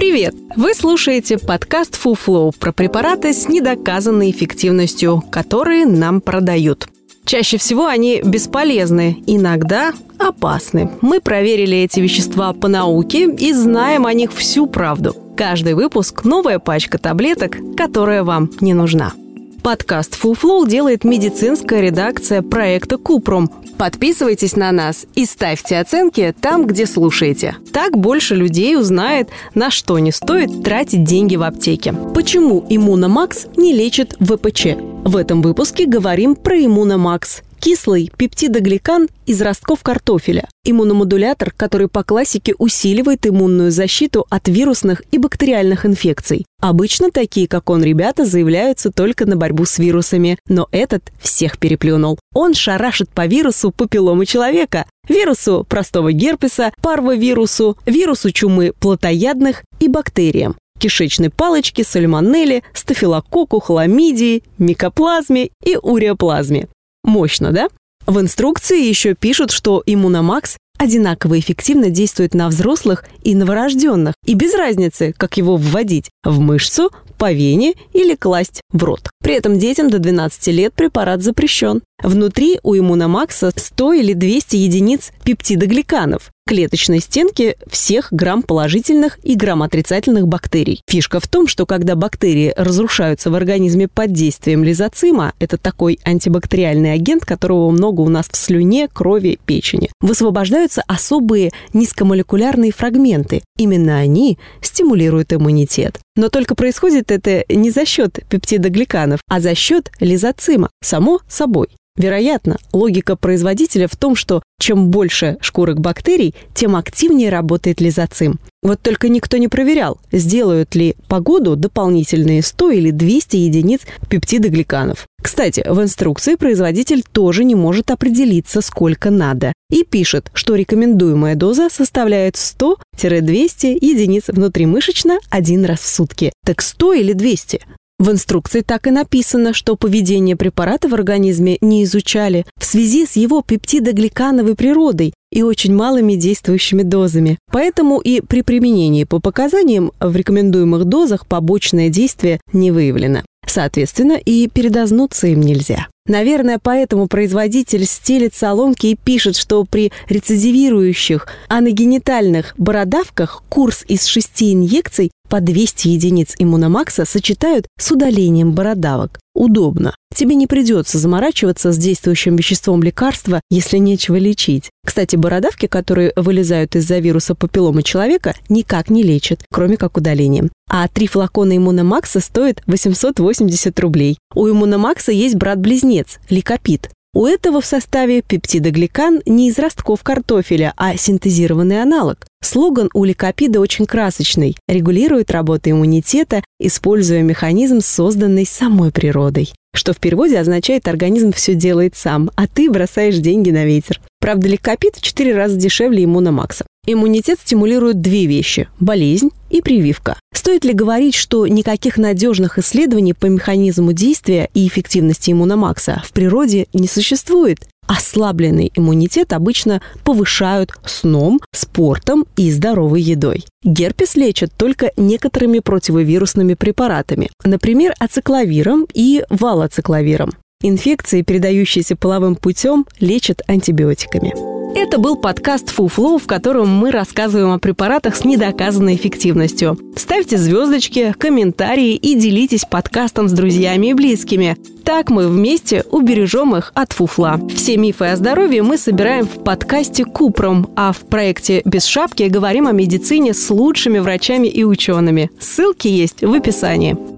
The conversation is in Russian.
Привет! Вы слушаете подкаст Фуфлоу про препараты с недоказанной эффективностью, которые нам продают. Чаще всего они бесполезны, иногда опасны. Мы проверили эти вещества по науке и знаем о них всю правду. Каждый выпуск – новая пачка таблеток, которая вам не нужна. Подкаст Фуфлоу делает медицинская редакция проекта Купрум. Подписывайтесь на нас и ставьте оценки там, где слушаете. Так больше людей узнает, на что не стоит тратить деньги в аптеке. Почему Иммуномакс не лечит ВПЧ? В этом выпуске говорим про Иммуномакс. Кислый пептидогликан из ростков картофеля. Иммуномодулятор, который по классике усиливает иммунную защиту от вирусных и бактериальных инфекций. Обычно такие, как он, ребята, заявляются только на борьбу с вирусами. Но этот всех переплюнул. Он шарашит по вирусу папилломы человека, вирусу простого герпеса, парвовирусу, вирусу чумы плотоядных и бактериям. Кишечной палочке, сальмонелле, стафилококку, хламидии, микоплазме и уреоплазме. Мощно, да? В инструкции еще пишут, что Иммуномакс одинаково эффективно действует на взрослых и новорожденных, и без разницы, как его вводить – в мышцу, по вене или класть в рот. При этом детям до 12 лет препарат запрещен. Внутри у Иммуномакса 100 или 200 единиц пептидогликанов, клеточной стенки всех грамм-положительных и грамм-отрицательных бактерий. Фишка в том, что когда бактерии разрушаются в организме под действием лизоцима, это такой антибактериальный агент, которого много у нас в слюне, крови, печени, высвобождаются особые низкомолекулярные фрагменты. Именно они стимулируют иммунитет. Но только происходит это не за счет пептидогликанов, а за счет лизоцима, само собой. Вероятно, логика производителя в том, что чем больше шкурок бактерий, тем активнее работает лизоцим. Вот только никто не проверял, сделают ли погоду дополнительные 100 или 200 единиц пептидогликанов. Кстати, в инструкции производитель тоже не может определиться, сколько надо. И пишет, что рекомендуемая доза составляет 100-200 единиц внутримышечно один раз в сутки. Так 100 или 200? В инструкции так и написано, что поведение препарата в организме не изучали в связи с его пептидогликановой природой и очень малыми действующими дозами. Поэтому и при применении по показаниям в рекомендуемых дозах побочное действие не выявлено. Соответственно, и передознуться им нельзя. Наверное, поэтому производитель стелит соломки и пишет, что при рецидивирующих аногенитальных бородавках курс из 6 инъекций по 200 единиц Иммуномакса сочетают с удалением бородавок. Удобно. Тебе не придется заморачиваться с действующим веществом лекарства, если нечего лечить. Кстати, бородавки, которые вылезают из-за вируса папилломы человека, никак не лечат, кроме как удалением. А 3 флакона Иммуномакса стоят 880 рублей. У Иммуномакса есть брат-близнец – ликопид. У этого в составе пептидогликан не из ростков картофеля, а синтезированный аналог. Слоган у ликопида очень красочный – регулирует работу иммунитета, используя механизм, созданный самой природой. Что в переводе означает «организм все делает сам, а ты бросаешь деньги на ветер». Правда, ликопид в 4 раза дешевле Иммуномакса. Иммунитет стимулирует 2 вещи – болезнь и прививка. Стоит ли говорить, что никаких надежных исследований по механизму действия и эффективности Иммуномакса в природе не существует? Ослабленный иммунитет обычно повышают сном, спортом и здоровой едой. Герпес лечат только некоторыми противовирусными препаратами, например, ацикловиром и валоцикловиром. Инфекции, передающиеся половым путем, лечат антибиотиками. Это был подкаст Фуфлоу, в котором мы рассказываем о препаратах с недоказанной эффективностью. Ставьте звездочки, комментарии и делитесь подкастом с друзьями и близкими. Так мы вместе убережем их от фуфла. Все мифы о здоровье мы собираем в подкасте Купрум, а в проекте «Без шапки» говорим о медицине с лучшими врачами и учеными. Ссылки есть в описании.